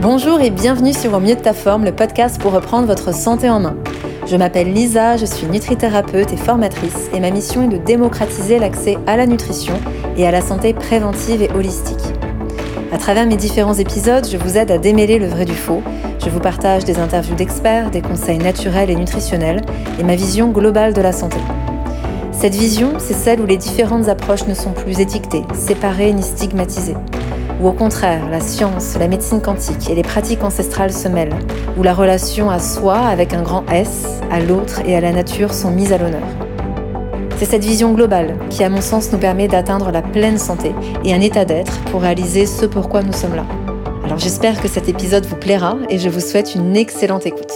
Bonjour et bienvenue sur Au mieux de ta forme, le podcast pour reprendre votre santé en main. Je m'appelle Lisa, je suis nutrithérapeute et formatrice et ma mission est de démocratiser l'accès à la nutrition et à la santé préventive et holistique. À travers mes différents épisodes, je vous aide à démêler le vrai du faux. Je vous partage des interviews d'experts, des conseils naturels et nutritionnels et ma vision globale de la santé. Cette vision, c'est celle où les différentes approches ne sont plus étiquetées, séparées ni stigmatisées. Où au contraire, la science, la médecine quantique et les pratiques ancestrales se mêlent, où la relation à soi avec un grand S, à l'autre et à la nature sont mises à l'honneur. C'est cette vision globale qui, à mon sens, nous permet d'atteindre la pleine santé et un état d'être pour réaliser ce pourquoi nous sommes là. Alors j'espère que cet épisode vous plaira et je vous souhaite une excellente écoute.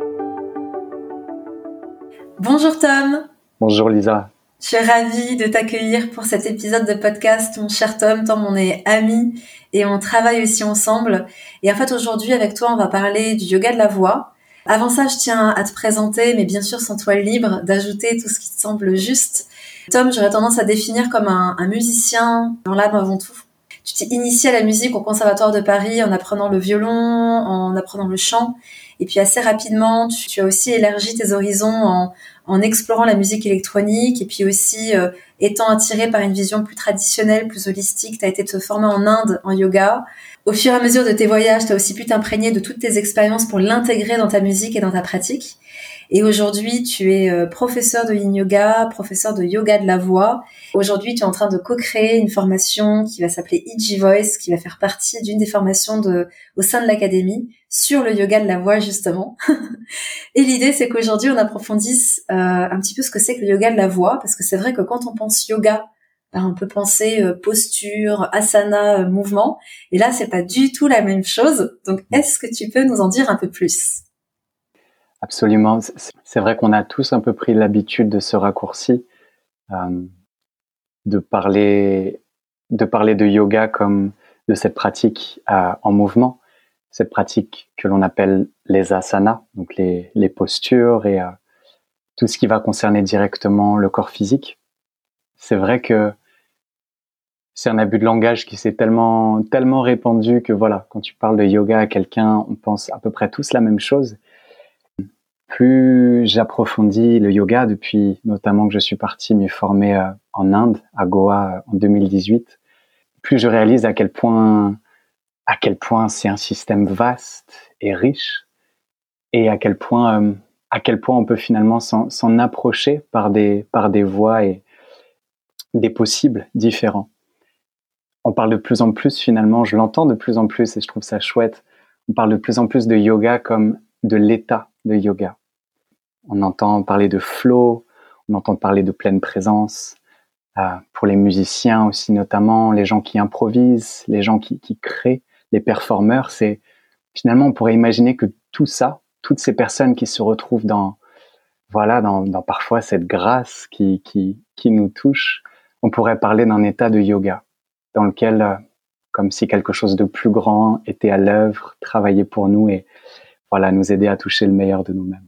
Bonjour Tom. Bonjour Lisa. Je suis ravie de t'accueillir pour cet épisode de podcast, mon cher Tom. Tom, on est amis et on travaille aussi ensemble. Et en fait, aujourd'hui, avec toi, on va parler du yoga de la voix. Avant ça, je tiens à te présenter, mais bien sûr, sens-toi libre d'ajouter tout ce qui te semble juste. Tom, j'aurais tendance à définir comme un musicien dans l'âme avant tout. Tu t'es initié à la musique au Conservatoire de Paris en apprenant le violon, en apprenant le chant. Et puis assez rapidement, tu as aussi élargi tes horizons en explorant la musique électronique et puis aussi étant attiré par une vision plus traditionnelle, plus holistique. Tu as été te former en Inde en yoga. Au fur et à mesure de tes voyages, tu as aussi pu t'imprégner de toutes tes expériences pour l'intégrer dans ta musique et dans ta pratique. Et aujourd'hui, tu es professeur de yin yoga, professeur de yoga de la voix. Aujourd'hui, tu es en train de co-créer une formation qui va s'appeler Ichi Voice, qui va faire partie d'une des formations au sein de l'académie sur le yoga de la voix, justement. Et l'idée, c'est qu'aujourd'hui, on approfondisse un petit peu ce que c'est que le yoga de la voix, parce que c'est vrai que quand on pense yoga, on peut penser posture, asana, mouvement. Et là, c'est pas du tout la même chose. Donc, est-ce que tu peux nous en dire un peu plus ? Absolument. C'est vrai qu'on a tous un peu pris l'habitude de ce raccourci, de parler de yoga comme de cette pratique en mouvement, cette pratique que l'on appelle les asanas, donc les postures et tout ce qui va concerner directement le corps physique. C'est vrai que c'est un abus de langage qui s'est tellement répandu que voilà, quand tu parles de yoga à quelqu'un, on pense à peu près tous la même chose. Plus j'approfondis le yoga depuis notamment que je suis parti m'y former en Inde, à Goa en 2018, plus je réalise à quel point c'est un système vaste et riche et à quel point on peut finalement s'en approcher par des voies et des possibles différents. On parle de plus en plus finalement, je l'entends de plus en plus et je trouve ça chouette, on parle de plus en plus de yoga comme de l'état de yoga. On entend parler de flow, on entend parler de pleine présence. Pour les musiciens aussi notamment, les gens qui improvisent, les gens qui créent, les performeurs, c'est finalement on pourrait imaginer que tout ça, toutes ces personnes qui se retrouvent dans parfois cette grâce qui nous touche, on pourrait parler d'un état de yoga dans lequel, comme si quelque chose de plus grand était à l'œuvre, travaillait pour nous et voilà, nous aider à toucher le meilleur de nous-mêmes.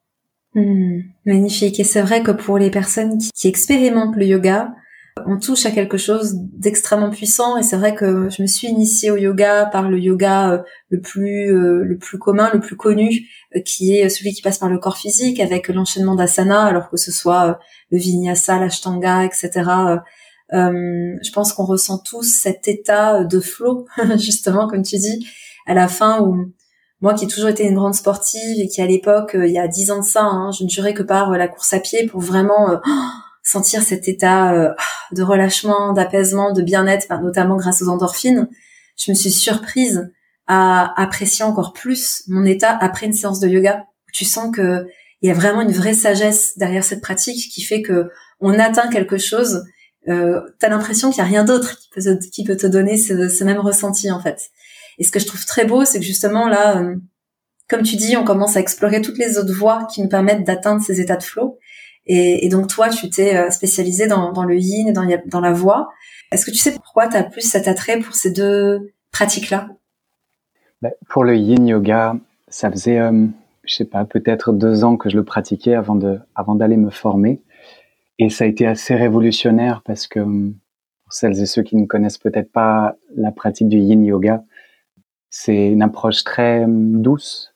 Magnifique. Et c'est vrai que pour les personnes qui expérimentent le yoga, on touche à quelque chose d'extrêmement puissant. Et c'est vrai que je me suis initiée au yoga par le yoga le plus commun, le plus connu, qui est celui qui passe par le corps physique avec l'enchaînement d'asana, alors que ce soit le vinyasa, l'ashtanga, etc. Je pense qu'on ressent tous cet état de flow, justement, comme tu dis, à la fin où moi qui ai toujours été une grande sportive et qui à l'époque, il y a 10 ans de ça, je ne jurais que par la course à pied pour vraiment sentir cet état de relâchement, d'apaisement, de bien-être, notamment grâce aux endorphines. Je me suis surprise à apprécier encore plus mon état après une séance de yoga. Tu sens que il y a vraiment une vraie sagesse derrière cette pratique qui fait que on atteint quelque chose. T'as l'impression qu'il y a rien d'autre qui peut te donner ce même ressenti en fait. Et ce que je trouve très beau, c'est que justement là, comme tu dis, on commence à explorer toutes les autres voies qui nous permettent d'atteindre ces états de flow. Et donc toi, tu t'es spécialisé dans le yin et dans la voix. Est-ce que tu sais pourquoi tu as plus cet attrait pour ces deux pratiques-là ? Pour le yin yoga, ça faisait, je sais pas, peut-être 2 ans que je le pratiquais avant d'aller me former. Et ça a été assez révolutionnaire parce que, pour celles et ceux qui ne connaissent peut-être pas la pratique du yin yoga, C'est une approche très douce,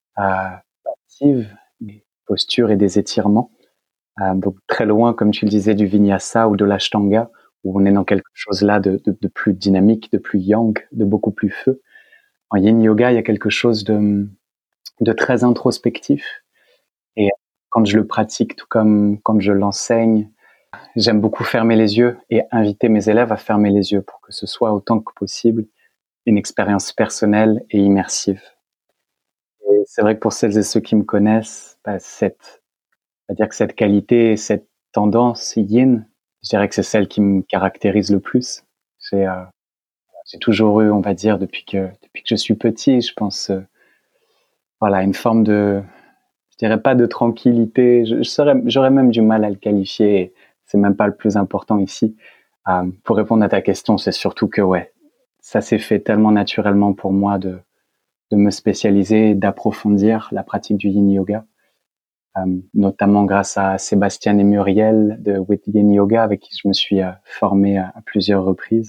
active, des postures et des étirements. Donc très loin, comme tu le disais, du vinyasa ou de l'ashtanga, où on est dans quelque chose là de plus dynamique, de plus yang, de beaucoup plus feu. En yin yoga, il y a quelque chose de très introspectif. Et quand je le pratique, tout comme quand je l'enseigne, j'aime beaucoup fermer les yeux et inviter mes élèves à fermer les yeux pour que ce soit autant que possible une expérience personnelle et immersive. Et c'est vrai que pour celles et ceux qui me connaissent, c'est-à-dire que cette qualité, cette tendance yin, je dirais que c'est celle qui me caractérise le plus. J'ai toujours eu, on va dire, depuis que je suis petit, je pense, voilà, une forme de, je dirais pas de tranquillité. J'aurais même du mal à le qualifier. C'est même pas le plus important ici. Pour répondre à ta question, c'est surtout que ouais, ça s'est fait tellement naturellement pour moi de me spécialiser, d'approfondir la pratique du yin yoga, notamment grâce à Sébastien et Muriel de With Yin Yoga, avec qui je me suis formé à plusieurs reprises.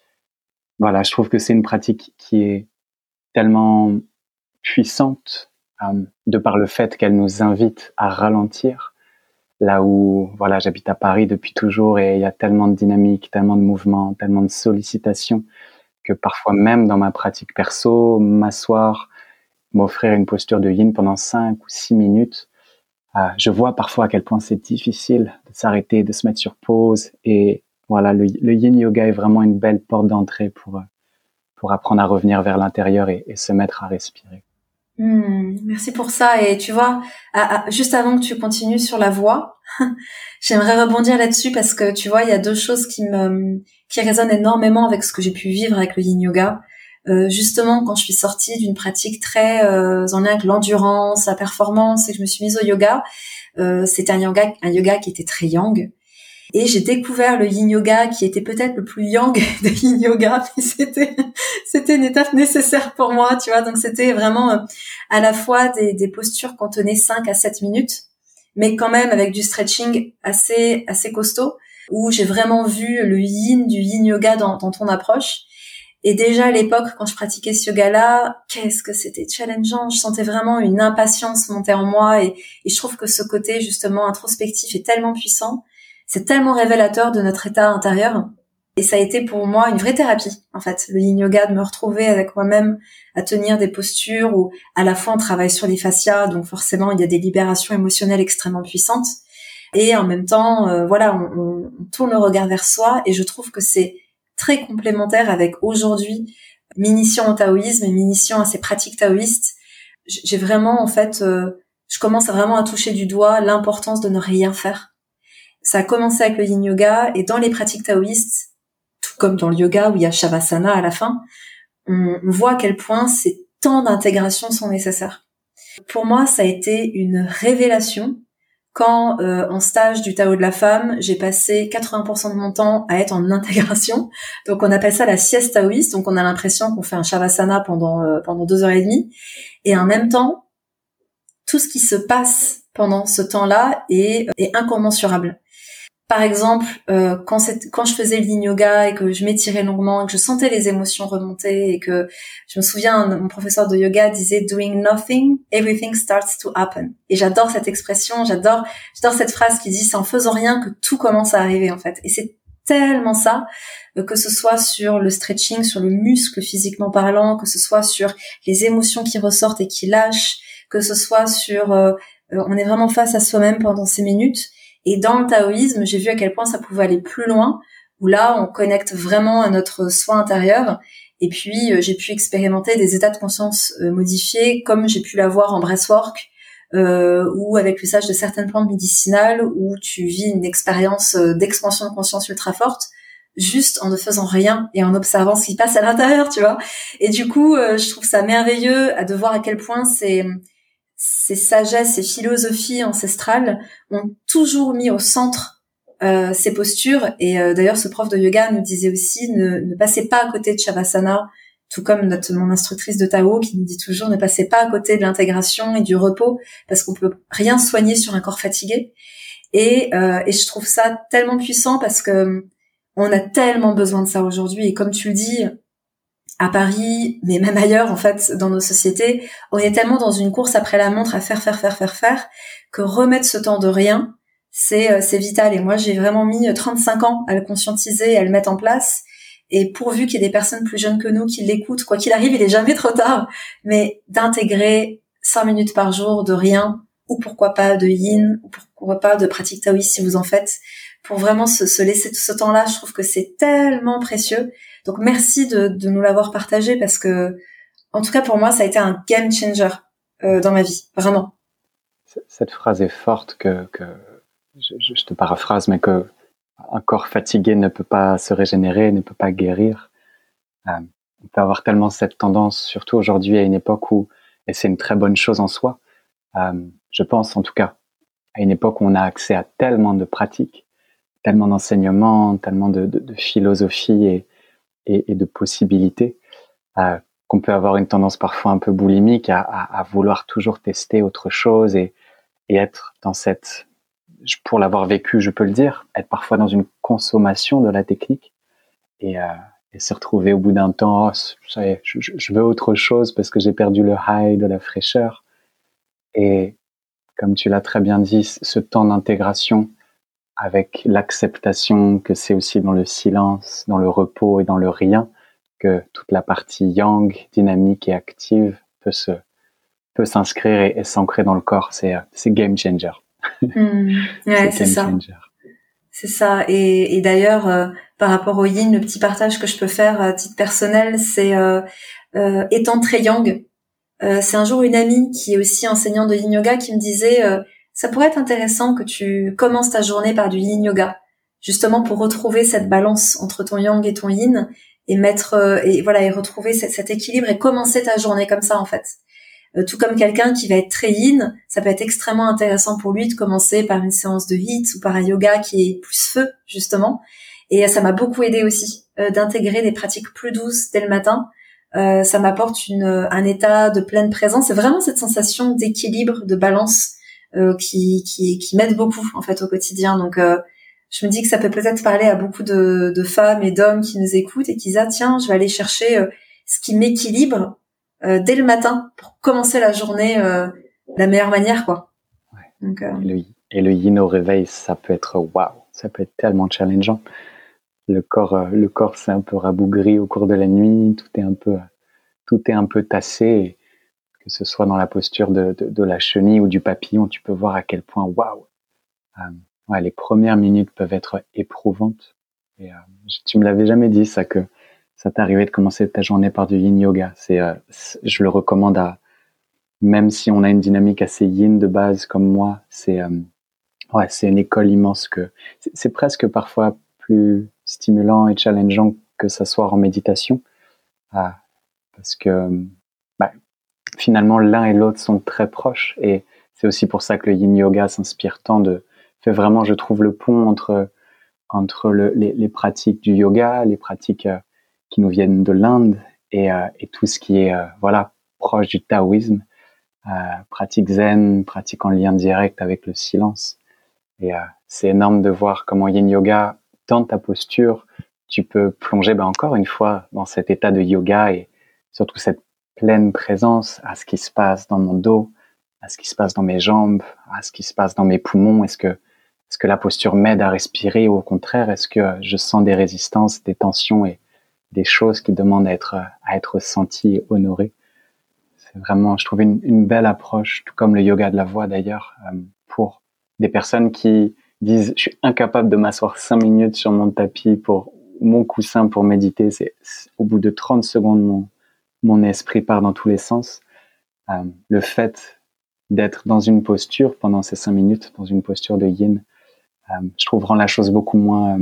Voilà, je trouve que c'est une pratique qui est tellement puissante, de par le fait qu'elle nous invite à ralentir. Là où, voilà, j'habite à Paris depuis toujours et il y a tellement de dynamique, tellement de mouvement, tellement de sollicitations que parfois même dans ma pratique perso, m'asseoir, m'offrir une posture de yin pendant 5 ou 6 minutes, je vois parfois à quel point c'est difficile de s'arrêter, de se mettre sur pause. Et voilà, le yin yoga est vraiment une belle porte d'entrée pour apprendre à revenir vers l'intérieur et se mettre à respirer. Merci pour ça. Et tu vois, juste avant que tu continues sur la voix, j'aimerais rebondir là-dessus parce que tu vois, il y a deux choses qui résonnent énormément avec ce que j'ai pu vivre avec le yin yoga. Justement, quand je suis sortie d'une pratique très en lien avec l'endurance, la performance, et que je me suis mise au yoga, c'était un yoga qui était très yang. Et j'ai découvert le yin yoga qui était peut-être le plus yang de yin yoga, mais c'était une étape nécessaire pour moi, tu vois. Donc c'était vraiment à la fois des postures qu'on tenait 5 à 7 minutes, mais quand même avec du stretching assez costaud, où j'ai vraiment vu le yin du yin yoga dans ton approche. Et déjà à l'époque, quand je pratiquais ce yoga-là, qu'est-ce que c'était challengeant. Je sentais vraiment une impatience monter en moi, et je trouve que ce côté justement introspectif est tellement puissant. C'est tellement révélateur de notre état intérieur. Et ça a été pour moi une vraie thérapie, en fait, le yin yoga, de me retrouver avec moi-même à tenir des postures où à la fois on travaille sur les fascias, donc forcément il y a des libérations émotionnelles extrêmement puissantes. Et en même temps, voilà, on tourne le regard vers soi, et je trouve que c'est très complémentaire avec aujourd'hui m'initiant au taoïsme et m'initiant à ces pratiques taoïstes. J'ai vraiment, en fait, je commence vraiment à toucher du doigt l'importance de ne rien faire. Ça a commencé avec le yin yoga, et dans les pratiques taoïstes, tout comme dans le yoga où il y a shavasana à la fin, on voit à quel point ces temps d'intégration sont nécessaires. Pour moi, ça a été une révélation quand, en stage du Tao de la femme, j'ai passé 80% de mon temps à être en intégration. Donc on appelle ça la sieste taoïste, donc on a l'impression qu'on fait un shavasana pendant 2h30, et en même temps, tout ce qui se passe pendant ce temps-là est incommensurable. Par exemple, quand je faisais le yin yoga et que je m'étirais longuement et que je sentais les émotions remonter, et que je me souviens, mon professeur de yoga disait "Doing nothing, everything starts to happen". Et j'adore cette expression, j'adore cette phrase qui dit "C'est en faisant rien que tout commence à arriver", en fait. Et c'est tellement ça, que ce soit sur le stretching, sur le muscle physiquement parlant, que ce soit sur les émotions qui ressortent et qui lâchent, que ce soit sur on est vraiment face à soi-même pendant ces minutes. Et dans le taoïsme, j'ai vu à quel point ça pouvait aller plus loin, où là, on connecte vraiment à notre soi intérieur. Et puis, j'ai pu expérimenter des états de conscience modifiés, comme j'ai pu l'avoir en breathwork, ou avec l'usage de certaines plantes médicinales, où tu vis une expérience d'expansion de conscience ultra forte, juste en ne faisant rien et en observant ce qui passe à l'intérieur, tu vois. Et du coup, je trouve ça merveilleux de voir à quel point ces sagesses, ces philosophies ancestrales ont toujours mis au centre ces postures. Et d'ailleurs, ce prof de yoga nous disait aussi ne passez pas à côté de Shavasana, tout comme mon instructrice de Tao qui nous dit toujours ne passez pas à côté de l'intégration et du repos, parce qu'on peut rien soigner sur un corps fatigué. Et je trouve ça tellement puissant parce que on a tellement besoin de ça aujourd'hui. Et comme tu le dis, à Paris, mais même ailleurs en fait dans nos sociétés, on est tellement dans une course après la montre à faire que remettre ce temps de rien, c'est vital. Et moi j'ai vraiment mis 35 ans à le conscientiser et à le mettre en place. Et pourvu qu'il y ait des personnes plus jeunes que nous qui l'écoutent, quoi qu'il arrive, il est jamais trop tard, mais d'intégrer 5 minutes par jour de rien, ou pourquoi pas de yin, ou pourquoi pas de pratique taoïste si vous en faites, pour vraiment se laisser tout ce temps-là. Je trouve que c'est tellement précieux. Donc merci de nous l'avoir partagé parce que, en tout cas pour moi, ça a été un game changer dans ma vie, vraiment. Cette phrase est forte que je te paraphrase, mais que un corps fatigué ne peut pas se régénérer, ne peut pas guérir. On peut avoir tellement cette tendance, surtout aujourd'hui à une époque où, et c'est une très bonne chose en soi, je pense en tout cas, à une époque où on a accès à tellement de pratiques, tellement d'enseignements, tellement de philosophie et de possibilités, qu'on peut avoir une tendance parfois un peu boulimique à vouloir toujours tester autre chose et être dans cette, pour l'avoir vécu, je peux le dire, être parfois dans une consommation de la technique et se retrouver au bout d'un temps, ça y est, je veux autre chose parce que j'ai perdu le high de la fraîcheur. Et comme tu l'as très bien dit, ce temps d'intégration avec l'acceptation que c'est aussi dans le silence, dans le repos et dans le rien que toute la partie yang, dynamique et active peut s'inscrire et s'ancrer dans le corps. C'est game changer. Ouais, c'est ça. Changer. C'est ça. Et d'ailleurs, par rapport au yin, le petit partage que je peux faire à titre personnel, c'est étant très yang. C'est un jour une amie qui est aussi enseignante de yin yoga qui me disait ça pourrait être intéressant que tu commences ta journée par du yin yoga, justement pour retrouver cette balance entre ton yang et ton yin et mettre et voilà et retrouver cet équilibre et commencer ta journée comme ça en fait. Tout comme quelqu'un qui va être très yin, ça peut être extrêmement intéressant pour lui de commencer par une séance de HIIT ou par un yoga qui est plus feu justement. Et ça m'a beaucoup aidé aussi d'intégrer des pratiques plus douces dès le matin. Ça m'apporte un état de pleine présence. C'est vraiment cette sensation d'équilibre, de balance qui m'aide beaucoup en fait au quotidien. Donc je me dis que ça peut peut-être parler à beaucoup de femmes et d'hommes qui nous écoutent et qui disent ah tiens je vais aller chercher ce qui m'équilibre dès le matin pour commencer la journée de la meilleure manière quoi. Ouais. Donc, et le yin au réveil, ça peut être waouh, ça peut être tellement challengeant. Le corps s'est un peu rabougri au cours de la nuit, tout est un peu tassé. Et que ce soit dans la posture de la chenille ou du papillon, tu peux voir à quel point waouh. Ouais, les premières minutes peuvent être éprouvantes. Et tu me l'avais jamais dit ça, que ça t'arrivait de commencer ta journée par du yin yoga. Je le recommande même si on a une dynamique assez yin de base comme moi, c'est une école immense c'est presque parfois plus stimulant et challengeant que s'asseoir en méditation, parce que finalement l'un et l'autre sont très proches et c'est aussi pour ça que le yin yoga s'inspire tant fait vraiment, je trouve, le pont entre les pratiques du yoga, les pratiques qui nous viennent de l'Inde et tout ce qui est proche du taoïsme, pratique zen, pratique en lien direct avec le silence. Et c'est énorme de voir comment yin yoga, dans ta posture, tu peux plonger encore une fois dans cet état de yoga et surtout cette pleine présence à ce qui se passe dans mon dos, à ce qui se passe dans mes jambes, à ce qui se passe dans mes poumons. Est-ce que la posture m'aide à respirer ou au contraire, est-ce que je sens des résistances, des tensions et des choses qui demandent à être senties et honorées? C'est vraiment, je trouve, une belle approche, tout comme le yoga de la voix d'ailleurs, pour des personnes qui disent je suis incapable de m'asseoir 5 minutes sur mon tapis pour mon coussin pour méditer. C'est au bout de 30 secondes, mon esprit part dans tous les sens. Le fait d'être dans une posture pendant ces 5 minutes, dans une posture de yin, je trouve rend la chose beaucoup moins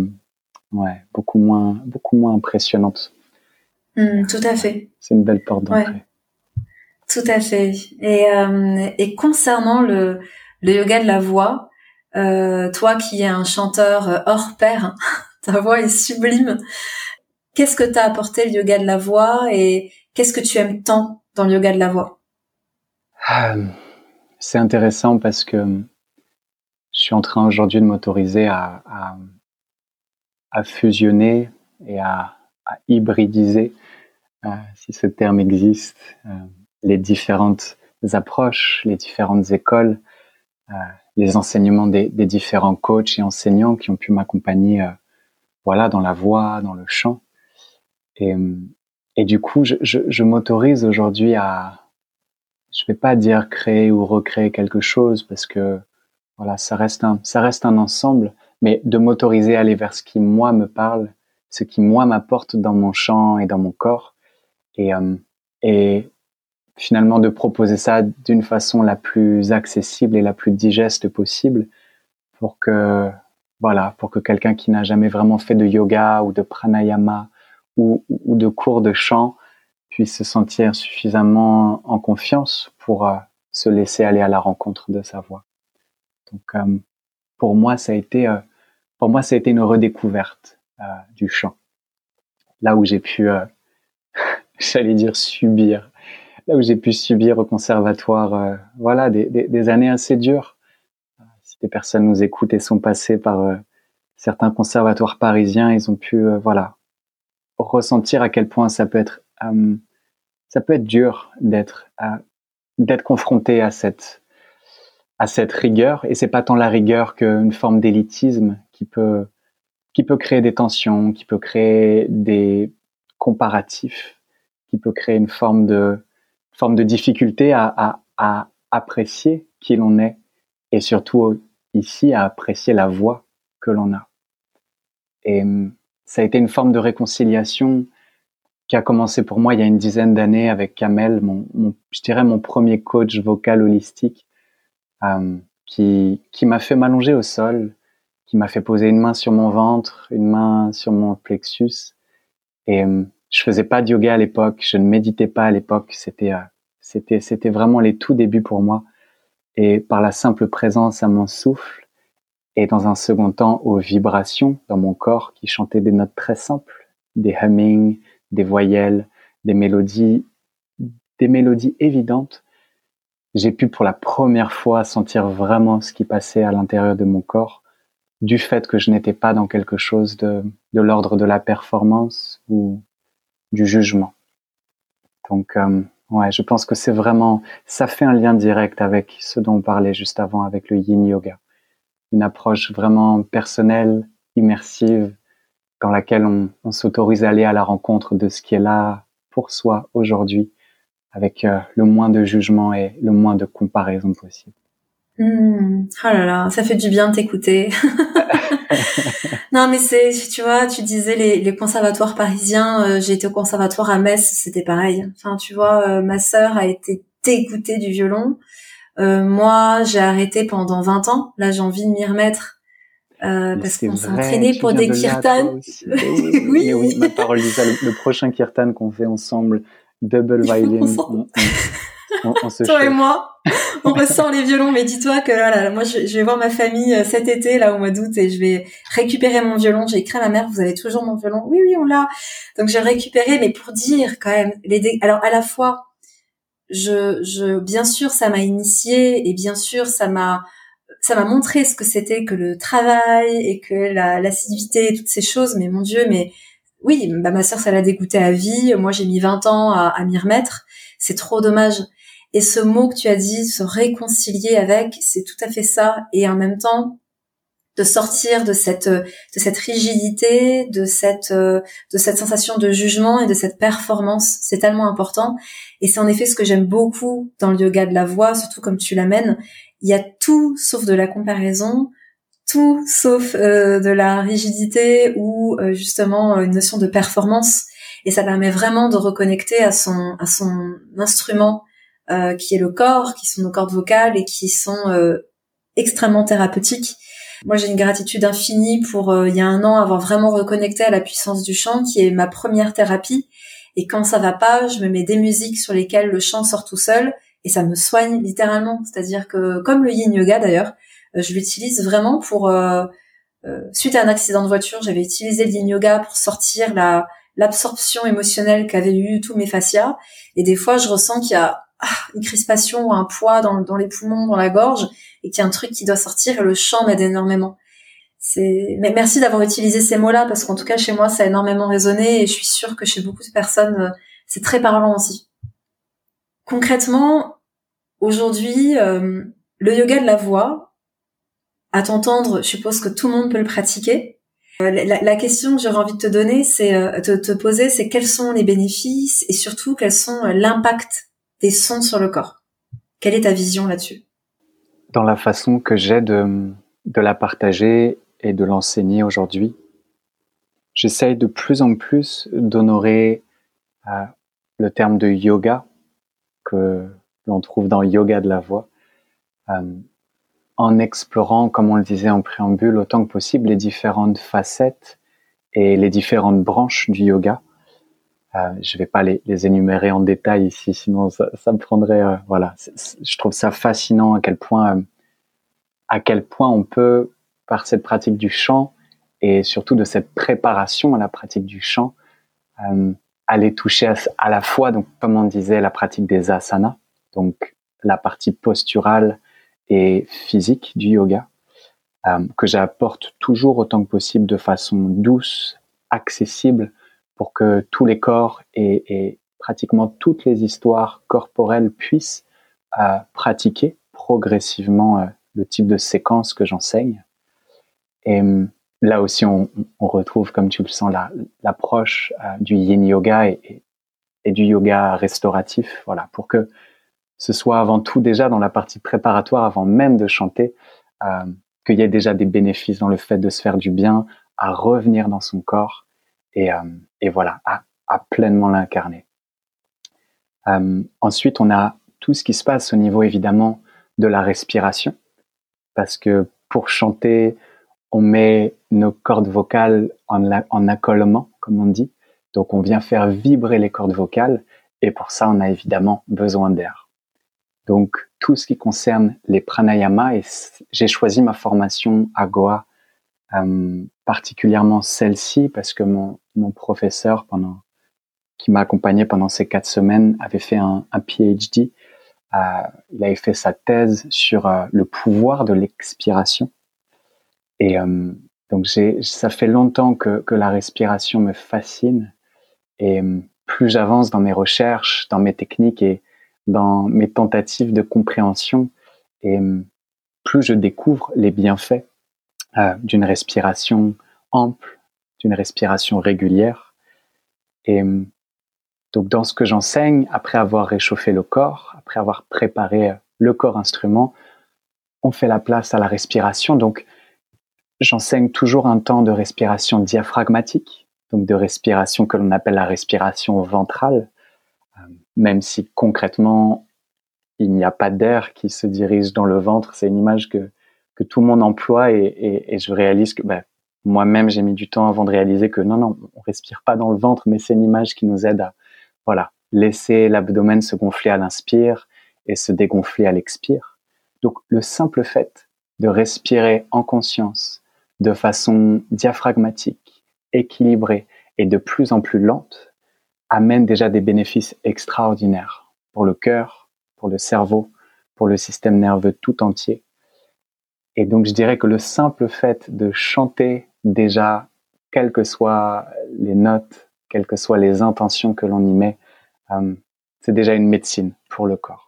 impressionnante. Tout à fait. C'est une belle porte d'entrée. Ouais. Tout à fait. Et concernant le yoga de la voix, toi qui es un chanteur hors pair, ta voix est sublime. Qu'est-ce que t'as apporté le yoga de la voix et qu'est-ce que tu aimes tant dans le yoga de la voix? C'est intéressant parce que je suis en train aujourd'hui de m'autoriser à fusionner et à hybridiser si ce terme existe, les différentes approches, les différentes écoles, les enseignements des différents coachs et enseignants qui ont pu m'accompagner dans la voix, dans le chant. Et du coup, je m'autorise aujourd'hui je vais pas dire créer ou recréer quelque chose parce que ça reste un ensemble, mais de m'autoriser à aller vers ce qui moi me parle, ce qui moi m'apporte dans mon chant et dans mon corps, et finalement de proposer ça d'une façon la plus accessible et la plus digeste possible pour que quelqu'un qui n'a jamais vraiment fait de yoga ou de pranayama ou de cours de chant puisse se sentir suffisamment en confiance pour se laisser aller à la rencontre de sa voix. Donc pour moi ça a été une redécouverte du chant. Là où j'ai pu j'allais dire subir au conservatoire des années assez dures. Si des personnes nous écoutent et sont passées par certains conservatoires parisiens, ils ont pu ressentir à quel point ça peut être dur d'être confronté à cette rigueur, et c'est pas tant la rigueur qu'une forme d'élitisme qui peut créer des tensions, qui peut créer des comparatifs, qui peut créer une forme de difficulté à apprécier qui l'on est, et surtout ici à apprécier la voix que l'on a. Et ça a été une forme de réconciliation qui a commencé pour moi il y a une dizaine d'années avec Kamel, je dirais mon premier coach vocal holistique, qui m'a fait m'allonger au sol, qui m'a fait poser une main sur mon ventre, une main sur mon plexus. Et je faisais pas de yoga à l'époque, je ne méditais pas à l'époque, c'était vraiment les tout débuts pour moi. Et par la simple présence à mon souffle, et dans un second temps aux vibrations dans mon corps qui chantaient des notes très simples, des hummings, des voyelles, des mélodies évidentes, j'ai pu pour la première fois sentir vraiment ce qui passait à l'intérieur de mon corps, du fait que je n'étais pas dans quelque chose de l'ordre de la performance ou du jugement. Donc, je pense que ça fait un lien direct avec ce dont on parlait juste avant, avec le yin yoga. Une approche vraiment personnelle, immersive, dans laquelle on s'autorise à aller à la rencontre de ce qui est là pour soi aujourd'hui, avec le moins de jugement et le moins de comparaison possible. Oh là là, ça fait du bien de t'écouter. Non, mais tu vois, tu disais les conservatoires parisiens, j'ai été au conservatoire à Metz, c'était pareil. Enfin, tu vois, ma sœur a été dégoûtée du violon. Moi, j'ai arrêté pendant 20 ans. Là, j'ai envie de m'y remettre. Parce qu'on s'entraînait pour des kirtans. Oui. Mais oui, ma parole, Lisa, le prochain kirtan qu'on fait ensemble, double violin, on se toi chauffe. Et moi, on ressort les violons, mais dis-toi que là, moi, je vais voir ma famille cet été, là, au mois d'août, et je vais récupérer mon violon. J'ai écrit à ma mère, vous avez toujours mon violon? Oui, on l'a. Donc, j'ai récupéré, mais pour dire, quand même, alors, à la fois, bien sûr, ça m'a initiée, et bien sûr, ça m'a montré ce que c'était que le travail, et que l'assiduité, et toutes ces choses, mais mon Dieu, mais oui, ma sœur, ça l'a dégoûté à vie. Moi, j'ai mis 20 ans à m'y remettre. C'est trop dommage. Et ce mot que tu as dit, se réconcilier avec, c'est tout à fait ça. Et en même temps, de sortir de cette rigidité, de cette sensation de jugement et de cette performance, c'est tellement important. Et c'est en effet ce que j'aime beaucoup dans le yoga de la voix, surtout comme tu l'amènes. Il y a tout sauf de la comparaison, tout sauf de la rigidité ou justement une notion de performance. Et ça permet vraiment de reconnecter à son instrument qui est le corps, qui sont nos cordes vocales et qui sont extrêmement thérapeutiques. Moi, j'ai une gratitude infinie pour il y a 1 an avoir vraiment reconnecté à la puissance du chant, qui est ma première thérapie. Et quand ça va pas, je me mets des musiques sur lesquelles le chant sort tout seul et ça me soigne littéralement. C'est-à-dire que, comme le yin yoga d'ailleurs, je l'utilise vraiment pour suite à un accident de voiture, j'avais utilisé le yin yoga pour sortir l'absorption émotionnelle qu'avaient eu tous mes fascias. Et des fois, je ressens qu'il y a une crispation ou un poids dans les poumons, dans la gorge, et qu'il y a un truc qui doit sortir, et le chant m'aide énormément. Mais merci d'avoir utilisé ces mots-là, parce qu'en tout cas, chez moi, ça a énormément résonné, et je suis sûre que chez beaucoup de personnes, c'est très parlant aussi. Concrètement, aujourd'hui, le yoga de la voix, à t'entendre, je suppose que tout le monde peut le pratiquer. La question que j'aurais envie de te donner, c'est te poser, c'est quels sont les bénéfices et surtout quels sont l'impact des sons sur le corps. Quelle est ta vision là-dessus? Dans la façon que j'ai de la partager et de l'enseigner aujourd'hui, j'essaye de plus en plus d'honorer le terme de yoga que l'on trouve dans Yoga de la voix, en explorant, comme on le disait en préambule, autant que possible les différentes facettes et les différentes branches du yoga. Je vais pas les énumérer en détail ici, sinon ça me prendrait... voilà, je trouve ça fascinant à quel point on peut, par cette pratique du chant et surtout de cette préparation à la pratique du chant, aller toucher à la fois, donc comme on disait, la pratique des asanas, donc la partie posturale et physique du yoga, que j'apporte toujours autant que possible de façon douce, accessible, pour que tous les corps et pratiquement toutes les histoires corporelles puissent pratiquer progressivement le type de séquence que j'enseigne. Et là aussi, on retrouve, comme tu le sens, l'approche du yin yoga et du yoga restauratif, voilà, pour que ce soit avant tout déjà dans la partie préparatoire, avant même de chanter, qu'il y ait déjà des bénéfices dans le fait de se faire du bien, à revenir dans son corps et voilà, à pleinement l'incarner. Ensuite, on a tout ce qui se passe au niveau évidemment de la respiration, parce que pour chanter, on met nos cordes vocales en accolement, comme on dit. Donc, on vient faire vibrer les cordes vocales et pour ça, on a évidemment besoin d'air. Donc, tout ce qui concerne les pranayamas, et j'ai choisi ma formation à Goa, particulièrement celle-ci, parce que mon professeur, qui m'a accompagné pendant ces 4 semaines, avait fait un PhD. Il avait fait sa thèse sur le pouvoir de l'expiration. Et donc, ça fait longtemps que la respiration me fascine. Et plus j'avance dans mes recherches, dans mes techniques et dans mes tentatives de compréhension, et plus je découvre les bienfaits d'une respiration ample, d'une respiration régulière. Et donc, dans ce que j'enseigne, après avoir réchauffé le corps, après avoir préparé le corps instrument, on fait la place à la respiration. Donc, j'enseigne toujours un temps de respiration diaphragmatique, donc de respiration que l'on appelle la respiration ventrale, même si concrètement, il n'y a pas d'air qui se dirige dans le ventre. C'est une image que tout le monde emploie et je réalise que moi-même, j'ai mis du temps avant de réaliser que non, on respire pas dans le ventre, mais c'est une image qui nous aide à laisser l'abdomen se gonfler à l'inspire et se dégonfler à l'expire. Donc, le simple fait de respirer en conscience, de façon diaphragmatique, équilibrée et de plus en plus lente, amène déjà des bénéfices extraordinaires pour le cœur, pour le cerveau, pour le système nerveux tout entier. Et donc, je dirais que le simple fait de chanter déjà, quelles que soient les notes, quelles que soient les intentions que l'on y met, c'est déjà une médecine pour le corps.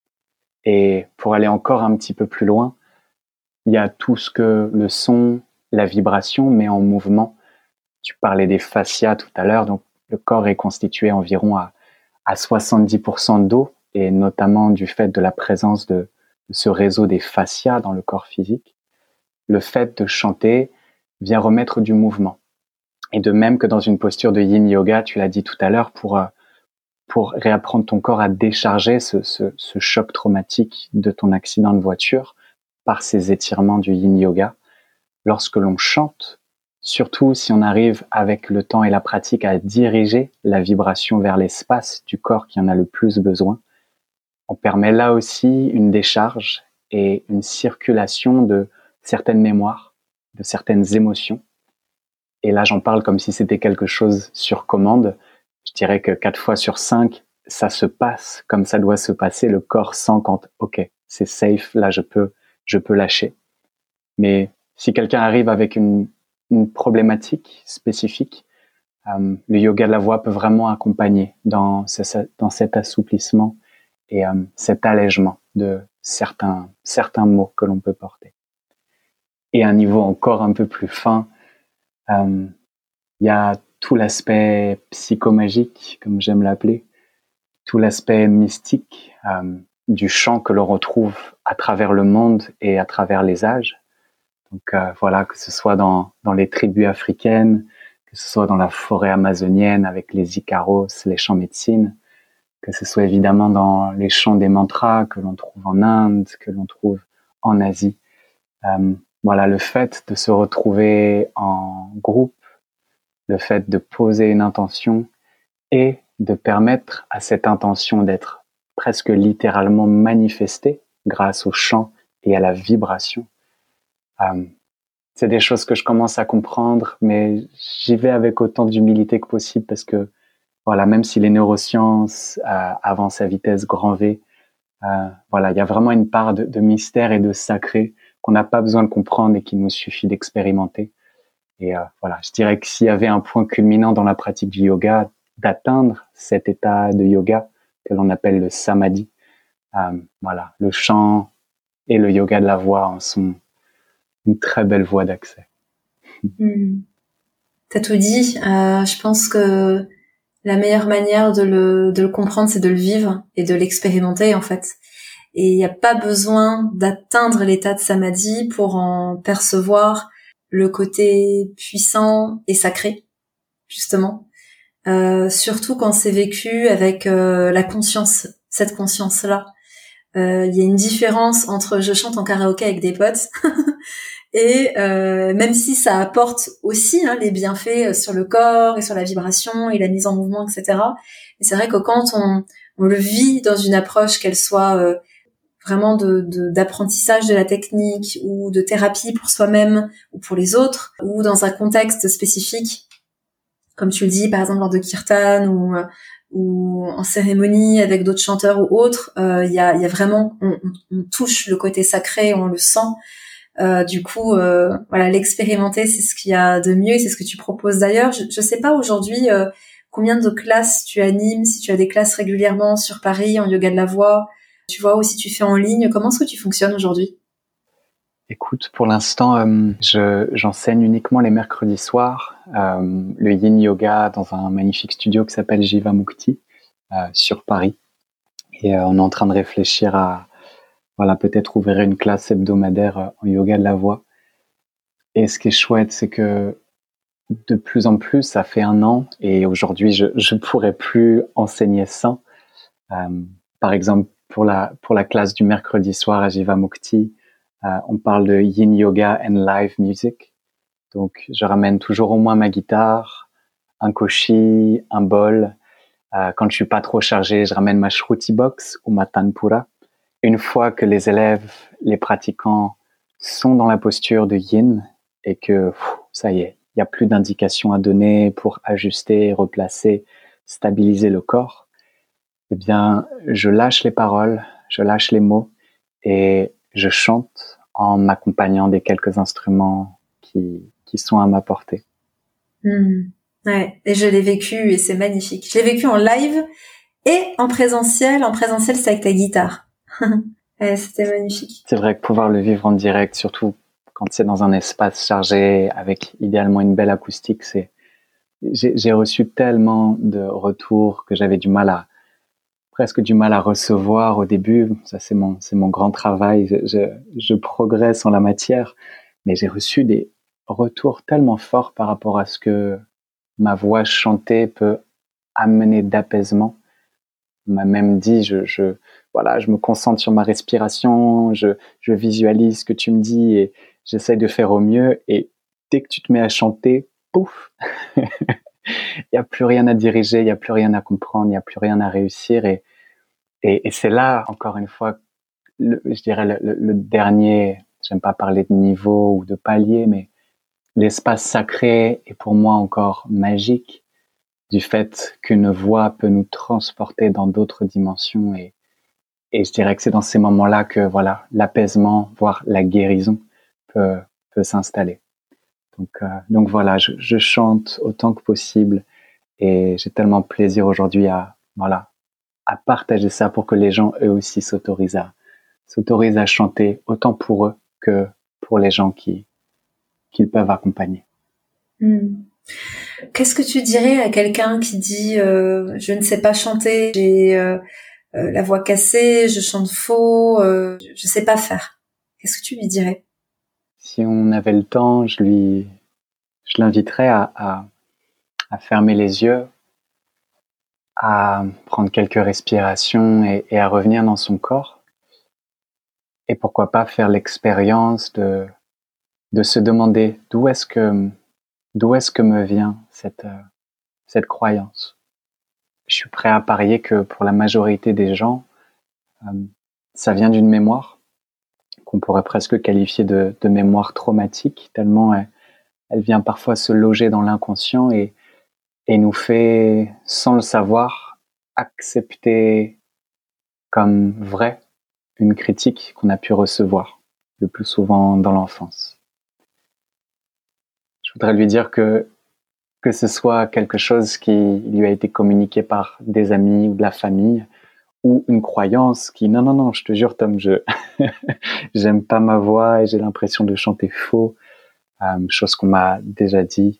Et pour aller encore un petit peu plus loin, il y a tout ce que le son, la vibration met en mouvement. Tu parlais des fascias tout à l'heure, donc le corps est constitué environ à 70% d'eau, et notamment du fait de la présence de ce réseau des fascias dans le corps physique. Le fait de chanter vient remettre du mouvement. Et de même que dans une posture de yin yoga, tu l'as dit tout à l'heure, pour réapprendre ton corps à décharger ce choc traumatique de ton accident de voiture par ces étirements du yin yoga. Lorsque l'on chante, surtout si on arrive avec le temps et la pratique à diriger la vibration vers l'espace du corps qui en a le plus besoin, on permet là aussi une décharge et une circulation de certaines mémoires, de certaines émotions. Et là, j'en parle comme si c'était quelque chose sur commande. Je dirais que 4 fois sur 5, ça se passe comme ça doit se passer. Le corps sent quand, ok, c'est safe, là je peux lâcher. Mais si quelqu'un arrive avec une problématique spécifique, Le yoga de la voix peut vraiment accompagner dans cet assouplissement et cet allègement de certains mots que l'on peut porter. Et à un niveau encore un peu plus fin, il y a tout l'aspect psychomagique, comme j'aime l'appeler, tout l'aspect mystique du chant que l'on retrouve à travers le monde et à travers les âges. Donc voilà, que ce soit dans les tribus africaines, que ce soit dans la forêt amazonienne avec les Icaros, les chants médecine, que ce soit évidemment dans les chants des mantras que l'on trouve en Inde, que l'on trouve en Asie. Voilà, le fait de se retrouver en groupe, le fait de poser une intention et de permettre à cette intention d'être presque littéralement manifestée grâce au chant et à la vibration. C'est des choses que je commence à comprendre, mais j'y vais avec autant d'humilité que possible parce que, voilà, même si les neurosciences avancent à vitesse grand V, voilà, il y a vraiment une part de mystère et de sacré qu'on n'a pas besoin de comprendre et qu'il nous suffit d'expérimenter. Et voilà, je dirais que s'il y avait un point culminant dans la pratique du yoga, d'atteindre cet état de yoga que l'on appelle le samadhi, voilà, le chant et le yoga de la voix en sont une très belle voie d'accès. T'as tout dit. Je pense que la meilleure manière de le comprendre, c'est de le vivre et de l'expérimenter, en fait. Et il n'y a pas besoin d'atteindre l'état de samadhi pour en percevoir le côté puissant et sacré, justement. Surtout quand c'est vécu avec la conscience, cette conscience-là. Il y a une différence entre je chante en karaoké avec des potes et même si ça apporte aussi les bienfaits sur le corps et sur la vibration et la mise en mouvement, etc. Mais c'est vrai que quand on le vit dans une approche qu'elle soit vraiment d'apprentissage de la technique ou de thérapie pour soi-même ou pour les autres, ou dans un contexte spécifique, comme tu le dis, par exemple lors de kirtan ou en cérémonie avec d'autres chanteurs ou autres, il y a vraiment, on touche le côté sacré, on le sent. Du coup, voilà, l'expérimenter, c'est ce qu'il y a de mieux et c'est ce que tu proposes d'ailleurs. Je sais pas aujourd'hui combien de classes tu animes, si tu as des classes régulièrement sur Paris en yoga de la voix, tu vois, ou si tu fais en ligne. Comment est-ce que tu fonctionnes aujourd'hui? Écoute, pour l'instant, j'enseigne uniquement les mercredis soirs le yin yoga dans un magnifique studio qui s'appelle Jivamukti sur Paris. Et on est en train de réfléchir à, voilà, peut-être ouvrir une classe hebdomadaire en yoga de la voix. Et ce qui est chouette, c'est que de plus en plus, ça fait 1 an et aujourd'hui, je pourrais plus enseigner sans. Par exemple, pour la classe du mercredi soir à Jivamukti, on parle de yin yoga and live music. Donc, je ramène toujours au moins ma guitare, un koshi, un bol. Quand je suis pas trop chargé, je ramène ma shruti box ou ma tanpura. Une fois que les élèves, les pratiquants sont dans la posture de yin et que ça y est, il y a plus d'indications à donner pour ajuster, replacer, stabiliser le corps, eh bien, je lâche les paroles, je lâche les mots et je chante en m'accompagnant des quelques instruments qui sont à ma portée. Ouais, et je l'ai vécu et c'est magnifique. Je l'ai vécu en live et en présentiel. En présentiel, c'est avec ta guitare. Ouais, c'était magnifique. C'est vrai que pouvoir le vivre en direct, surtout quand c'est dans un espace chargé avec idéalement une belle acoustique, j'ai reçu tellement de retours que j'avais presque du mal à recevoir au début. Ça, c'est mon grand travail. Je progresse en la matière, mais j'ai reçu des retours tellement forts par rapport à ce que ma voix chantée peut amener d'apaisement. On m'a même dit, voilà, je me concentre sur ma respiration, je visualise ce que tu me dis et j'essaie de faire au mieux. Et dès que tu te mets à chanter, pouf, il n'y a plus rien à diriger, il n'y a plus rien à comprendre, il n'y a plus rien à réussir. Et c'est là, encore une fois, je dirais le dernier, j'aime pas parler de niveau ou de palier, mais l'espace sacré est pour moi encore magique du fait qu'une voix peut nous transporter dans d'autres dimensions et je dirais que c'est dans ces moments-là que voilà, l'apaisement, voire la guérison peut s'installer. Donc voilà, je chante autant que possible Et j'ai tellement plaisir aujourd'hui à partager ça pour que les gens, eux aussi, s'autorisent à chanter, autant pour eux que pour les gens qu'ils peuvent accompagner. Qu'est-ce que tu dirais à quelqu'un qui dit je ne sais pas chanter, j'ai la voix cassée, je chante faux, je sais pas faire. Qu'est-ce que tu lui dirais? Si on avait le temps, je l'inviterais à fermer les yeux, à prendre quelques respirations et à revenir dans son corps. Et pourquoi pas faire l'expérience de se demander d'où est-ce que me vient cette croyance. Je suis prêt à parier que pour la majorité des gens, ça vient d'une mémoire qu'on pourrait presque qualifier de mémoire traumatique, tellement elle vient parfois se loger dans l'inconscient et nous fait, sans le savoir, accepter comme vrai une critique qu'on a pu recevoir, le plus souvent dans l'enfance. Je voudrais lui dire que ce soit quelque chose qui lui a été communiqué par des amis ou de la famille, ou une croyance qui, non, je te jure Tom, j'aime pas ma voix et j'ai l'impression de chanter faux, chose qu'on m'a déjà dit.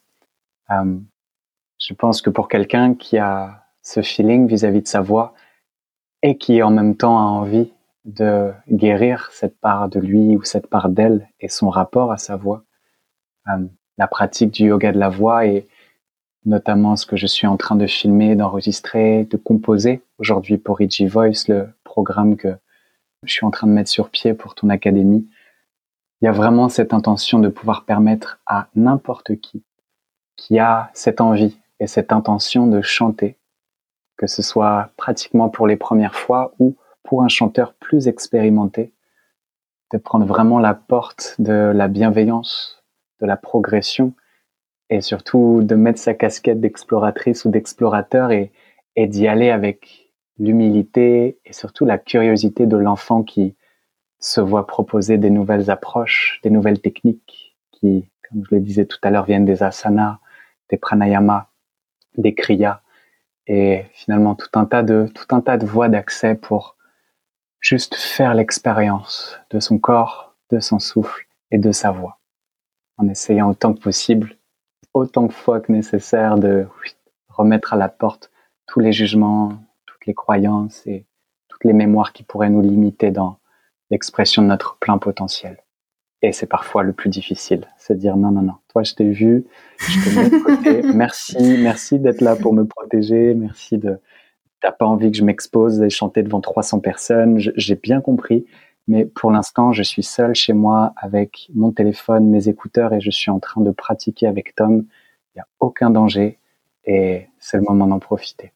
Je pense que pour quelqu'un qui a ce feeling vis-à-vis de sa voix et qui en même temps a envie de guérir cette part de lui ou cette part d'elle et son rapport à sa voix, la pratique du yoga de la voix et notamment ce que je suis en train de filmer, d'enregistrer, de composer aujourd'hui pour Iji Voice, le programme que je suis en train de mettre sur pied pour ton académie. Il y a vraiment cette intention de pouvoir permettre à n'importe qui a cette envie et cette intention de chanter, que ce soit pratiquement pour les premières fois ou pour un chanteur plus expérimenté, de prendre vraiment la porte de la bienveillance, de la progression et surtout de mettre sa casquette d'exploratrice ou d'explorateur et d'y aller avec l'humilité et surtout la curiosité de l'enfant qui se voit proposer des nouvelles approches, des nouvelles techniques qui, comme je le disais tout à l'heure, viennent des asanas, des pranayamas, des kriyas et finalement tout un tas de voies d'accès pour juste faire l'expérience de son corps, de son souffle et de sa voix, en essayant autant que possible, autant de fois que nécessaire, de remettre à la porte tous les jugements, toutes les croyances et toutes les mémoires qui pourraient nous limiter dans l'expression de notre plein potentiel. Et c'est parfois le plus difficile, se dire non, toi je t'ai vu, je te mets de côté, merci d'être là pour me protéger, merci t'as pas envie que je m'expose et chanter devant 300 personnes, j'ai bien compris, mais pour l'instant je suis seul chez moi avec mon téléphone, mes écouteurs et je suis en train de pratiquer avec Tom, il n'y a aucun danger et c'est le moment d'en profiter.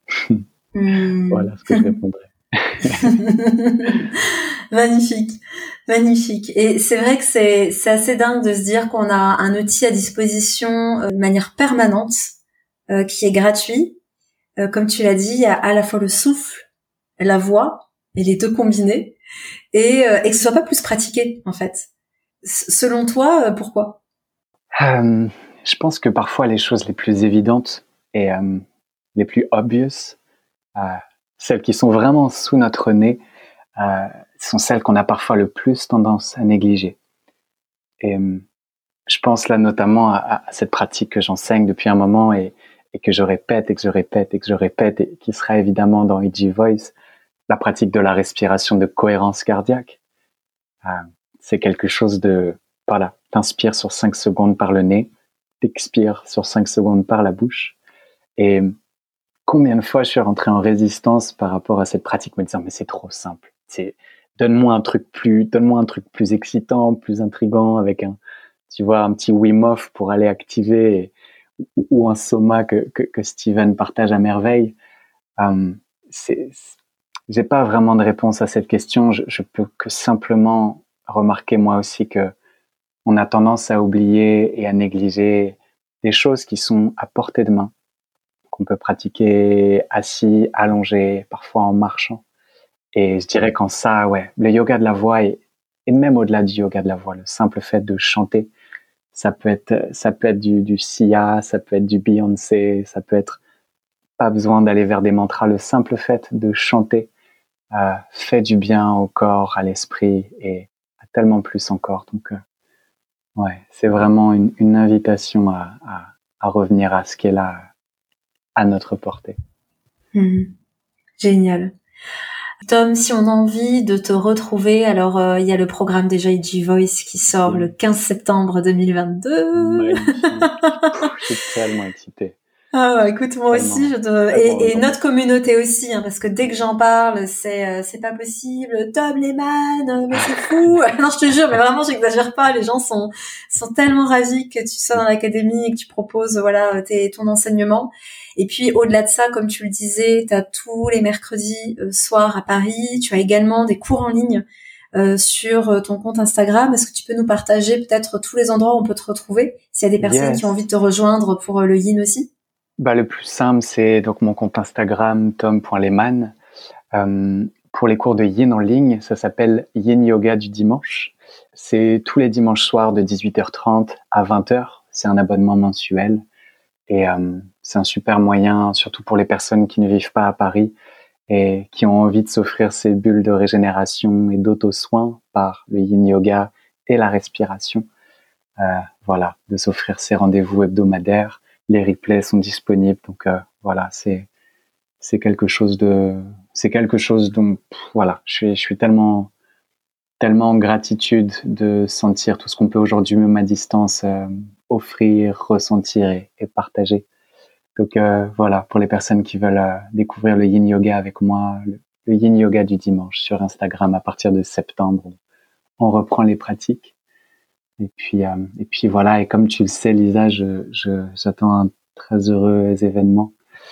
Voilà ce que je répondrais. Magnifique. Et c'est vrai que c'est assez dingue de se dire qu'on a un outil à disposition de manière permanente, qui est gratuit. Comme tu l'as dit, il y a à la fois le souffle, la voix, et les deux combinés, et que ce soit pas plus pratiqué, en fait. Selon toi, pourquoi? Je pense que parfois les choses les plus évidentes et les plus obvious, celles qui sont vraiment sous notre nez, sont celles qu'on a parfois le plus tendance à négliger. Et je pense là notamment à cette pratique que j'enseigne depuis un moment et que je répète et qui sera évidemment dans Iji Voice, la pratique de la respiration de cohérence cardiaque. C'est quelque chose de, voilà, t'inspires sur 5 secondes par le nez, t'expires sur 5 secondes par la bouche. Et combien de fois je suis rentré en résistance par rapport à cette pratique, me disant mais c'est trop simple. Donne-moi un truc plus excitant, plus intriguant, avec un petit Wim Hof pour aller activer, ou un soma que Steven partage à merveille. J'ai pas vraiment de réponse à cette question. Je peux que simplement remarquer moi aussi que on a tendance à oublier et à négliger des choses qui sont à portée de main, qu'on peut pratiquer assis, allongé, parfois en marchant. Et je dirais qu'en ça, le yoga de la voix et même au-delà du yoga de la voix, le simple fait de chanter, ça peut être du Sia, ça peut être du Beyoncé, ça peut être pas besoin d'aller vers des mantras. Le simple fait de chanter fait du bien au corps, à l'esprit et à tellement plus encore. Donc, ouais, c'est vraiment une invitation à revenir à ce qui est là, à notre portée. Génial. Tom, si on a envie de te retrouver, alors il y a le programme déjà IG Voice qui sort le 15 septembre 2022. Magnifique. Je suis tellement excitée. Ah, écoute, moi aussi, et notre communauté aussi, hein, parce que dès que j'en parle, c'est pas possible. Tom Lehman, mais c'est fou. Non, je te jure, mais vraiment, j'exagère pas. Les gens sont tellement ravis que tu sois dans l'académie et que tu proposes, voilà, ton enseignement. Et puis, au-delà de ça, comme tu le disais, t'as tous les mercredis soirs à Paris. Tu as également des cours en ligne sur ton compte Instagram. Est-ce que tu peux nous partager peut-être tous les endroits où on peut te retrouver, s'il y a des personnes qui ont envie de te rejoindre pour le yin aussi? Le plus simple, c'est donc mon compte Instagram, tom.lehman. Pour les cours de yin en ligne, ça s'appelle Yin Yoga du dimanche. C'est tous les dimanches soirs de 18h30 à 20h. C'est un abonnement mensuel. Et c'est un super moyen, surtout pour les personnes qui ne vivent pas à Paris et qui ont envie de s'offrir ces bulles de régénération et d'auto-soin par le yin yoga et la respiration. Voilà, de s'offrir ces rendez-vous hebdomadaires. Les replays sont disponibles, donc voilà, c'est quelque chose dont voilà, je suis tellement en gratitude de sentir tout ce qu'on peut aujourd'hui même à distance offrir, ressentir et partager. Donc voilà, pour les personnes qui veulent découvrir le yin yoga avec moi, le yin yoga du dimanche sur Instagram à partir de septembre, on reprend les pratiques. Et puis voilà, et comme tu le sais, Lisa, j'attends un très heureux événement.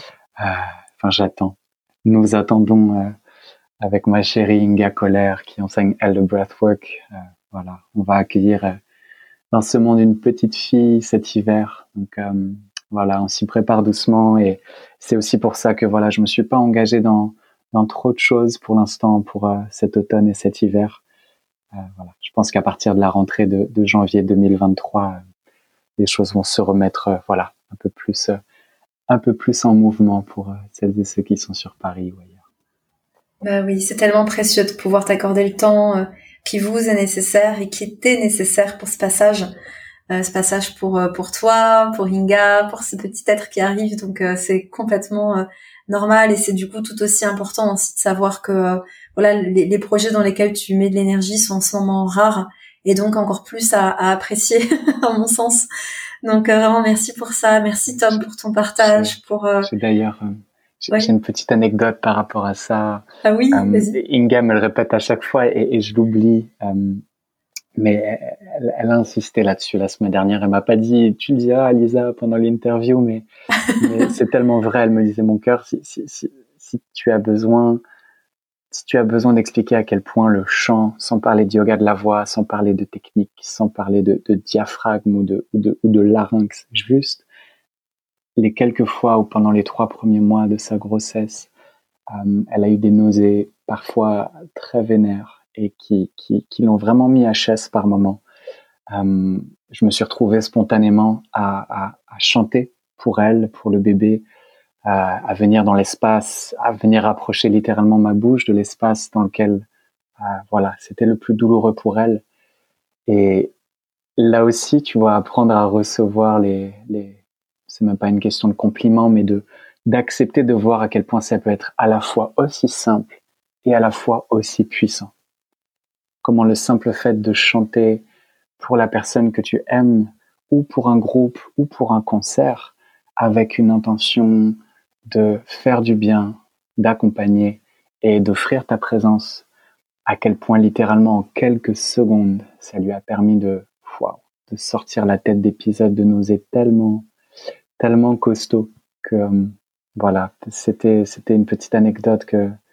Nous attendons avec ma chérie Inga Koller qui enseigne elle le breathwork. Voilà, on va accueillir dans ce monde une petite fille cet hiver. Donc voilà, on s'y prépare doucement et c'est aussi pour ça que voilà, je me suis pas engagé dans trop de choses pour l'instant pour cet automne et cet hiver. Voilà, je pense qu'à partir de la rentrée de janvier 2023, les choses vont se remettre voilà, un peu plus en mouvement pour celles et ceux qui sont sur Paris ou ailleurs. Bah oui, c'est tellement précieux de pouvoir t'accorder le temps qui vous est nécessaire et qui était nécessaire pour ce passage pour toi, pour Inga, pour ce petit être qui arrive. Donc c'est complètement normal et c'est du coup tout aussi important aussi de savoir que voilà les projets dans lesquels tu mets de l'énergie sont en ce moment rares et donc encore plus à apprécier à mon sens. Donc vraiment merci pour ça, merci Tom pour ton partage. J'ai d'ailleurs j'ai une petite anecdote par rapport à ça. Ah oui, vas-y. Inga me le répète à chaque fois et je l'oublie. Mais elle a insisté là-dessus la semaine dernière. Elle m'a pas dit, tu le diras à Lisa pendant l'interview, mais c'est tellement vrai. Elle me disait, mon cœur, si tu as besoin d'expliquer à quel point le chant, sans parler de yoga de la voix, sans parler de technique, sans parler de diaphragme ou de larynx, juste les quelques fois où pendant les 3 premiers mois de sa grossesse, elle a eu des nausées parfois très vénères et qui l'ont vraiment mis HS par moments. Je me suis retrouvé spontanément à chanter pour elle, pour le bébé, à venir dans l'espace, à venir rapprocher littéralement ma bouche de l'espace dans lequel, voilà, c'était le plus douloureux pour elle. Et là aussi, tu vois, apprendre à recevoir c'est même pas une question de compliment, mais d'accepter de voir à quel point ça peut être à la fois aussi simple et à la fois aussi puissant. Comment le simple fait de chanter pour la personne que tu aimes, ou pour un groupe, ou pour un concert, avec une intention de faire du bien, d'accompagner et d'offrir ta présence, à quel point littéralement en quelques secondes, ça lui a permis de sortir la tête d'épisodes de nausées tellement costaud que voilà, c'était une petite anecdote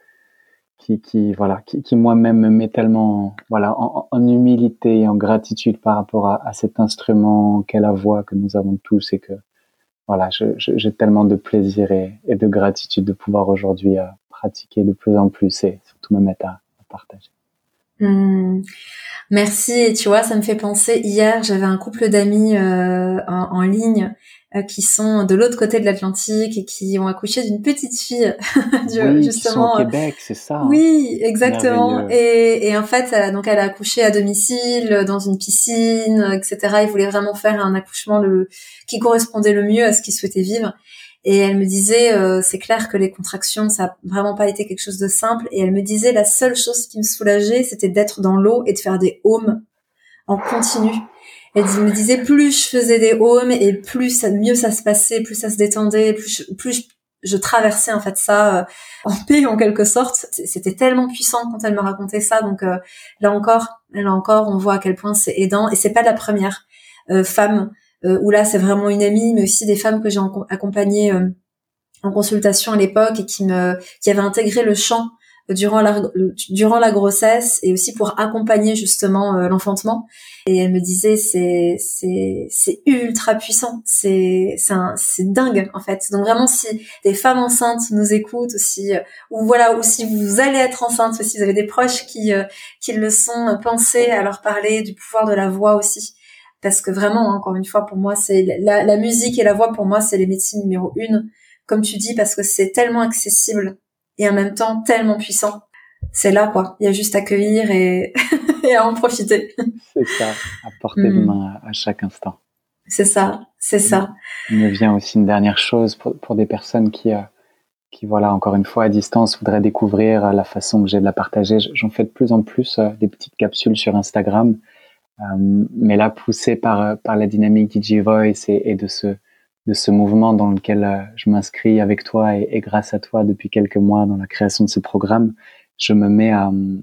qui moi-même me met tellement voilà en humilité et en gratitude par rapport à cet instrument qu'est la voix que nous avons tous et que voilà, j'ai tellement de plaisir et de gratitude de pouvoir aujourd'hui pratiquer de plus en plus et surtout me mettre à partager. Merci. Et tu vois, ça me fait penser, hier, j'avais un couple d'amis en ligne qui sont de l'autre côté de l'Atlantique et qui ont accouché d'une petite fille Oui, qui sont justement. au Québec, c'est ça. Oui, exactement. Merveilleux. Et en fait, donc elle a accouché à domicile, dans une piscine, etc. Ils voulaient vraiment faire un accouchement qui correspondait le mieux à ce qu'ils souhaitaient vivre. Et elle me disait, c'est clair que les contractions, ça a vraiment pas été quelque chose de simple. Et elle me disait, la seule chose qui me soulageait, c'était d'être dans l'eau et de faire des haumes en continu. Elle me disait, plus je faisais des haumes et mieux ça se passait, plus ça se détendait, plus je traversais en fait ça en paix en quelque sorte. C'était tellement puissant quand elle me racontait ça. Donc là encore, on voit à quel point c'est aidant. Et c'est pas la première femme où là c'est vraiment une amie, mais aussi des femmes que j'ai accompagnées en consultation à l'époque et qui avaient intégré le chant durant la grossesse et aussi pour accompagner justement l'enfantement. Et elle me disait c'est ultra puissant, c'est dingue en fait. Donc vraiment, si des femmes enceintes nous écoutent aussi, ou si vous allez être enceinte, ou si vous avez des proches qui le sont, pensez à leur parler du pouvoir de la voix aussi. Parce que vraiment, encore une fois, pour moi, c'est la musique et la voix, pour moi, c'est les médecines numéro 1, comme tu dis, parce que c'est tellement accessible et en même temps tellement puissant. C'est là, quoi. Il y a juste à accueillir et à en profiter. C'est ça, à portée de main à chaque instant. C'est ça. Il me vient aussi une dernière chose pour des personnes qui voilà, encore une fois, à distance, voudraient découvrir la façon que j'ai de la partager. J'en fais de plus en plus des petites capsules sur Instagram, mais là, poussé par la dynamique DigiVoice et de ce mouvement dans lequel je m'inscris avec toi et grâce à toi depuis quelques mois dans la création de ce programme, je me mets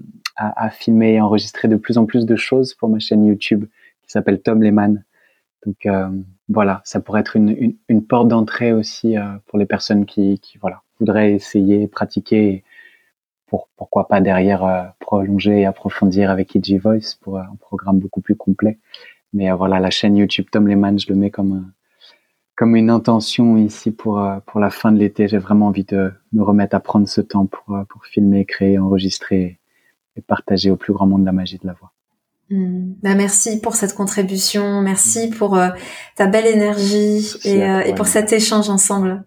à filmer et enregistrer de plus en plus de choses pour ma chaîne YouTube qui s'appelle Tom Lehman. Donc voilà, ça pourrait être une porte d'entrée aussi pour les personnes qui voudraient essayer, pratiquer, pourquoi pas derrière prolonger et approfondir avec EG Voice pour un programme beaucoup plus complet. Mais voilà, la chaîne YouTube Tom Lehman, je le mets comme une intention ici pour la fin de l'été. J'ai vraiment envie de me remettre à prendre ce temps pour filmer, créer, enregistrer et partager au plus grand monde la magie de la voix. Merci pour cette contribution, merci pour ta belle énergie et pour cet échange ensemble.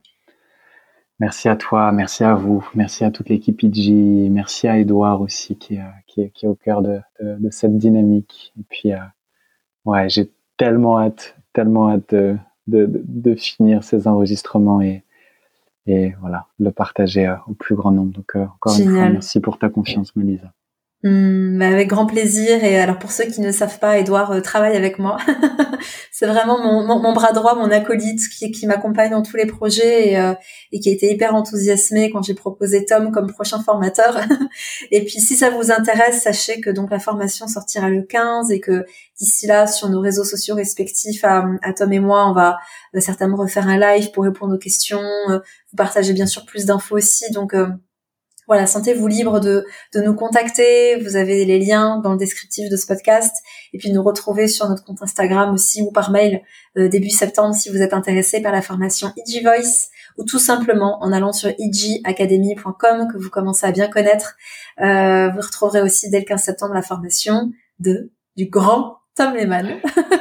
Merci à toi, merci à vous, merci à toute l'équipe IG, merci à Edouard aussi qui est au cœur de cette dynamique. Et puis j'ai tellement hâte de finir ces enregistrements et voilà, le partager au plus grand nombre. Donc encore une fois, merci pour ta confiance, Melisa. Avec grand plaisir. Et alors pour ceux qui ne savent pas, Edouard travaille avec moi. C'est vraiment mon bras droit, mon acolyte qui m'accompagne dans tous les projets et qui a été hyper enthousiasmé quand j'ai proposé Tom comme prochain formateur. Et puis si ça vous intéresse, sachez que donc la formation sortira le 15 et que d'ici là, sur nos réseaux sociaux respectifs à Tom et moi, on va certainement refaire un live pour répondre aux questions, vous partager bien sûr plus d'infos aussi. Donc voilà, sentez-vous libre de nous contacter. Vous avez les liens dans le descriptif de ce podcast. Et puis nous retrouver sur notre compte Instagram aussi ou par mail début septembre si vous êtes intéressé par la formation EG Voice ou tout simplement en allant sur egacademy.com que vous commencez à bien connaître. Vous retrouverez aussi dès le 15 septembre la formation du grand Tom Lehman.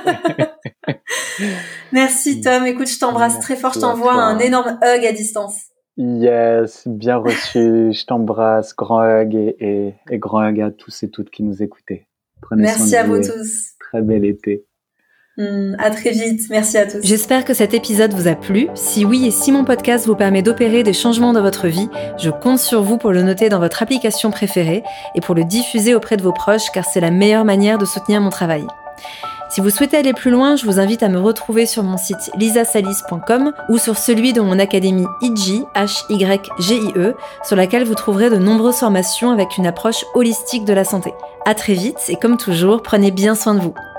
Merci Tom. Écoute, je t'embrasse très fort. Je t'envoie un énorme hug à distance. Yes, bien reçu. Je t'embrasse. Grand hug et grand hug à tous et toutes qui nous écoutaient. Merci à vous tous. Très bel été. À très vite. Merci à tous. J'espère que cet épisode vous a plu. Si oui et si mon podcast vous permet d'opérer des changements dans votre vie, je compte sur vous pour le noter dans votre application préférée et pour le diffuser auprès de vos proches car c'est la meilleure manière de soutenir mon travail. Si vous souhaitez aller plus loin, je vous invite à me retrouver sur mon site lisasalis.com ou sur celui de mon académie HYGIE, sur laquelle vous trouverez de nombreuses formations avec une approche holistique de la santé. À très vite et comme toujours, prenez bien soin de vous.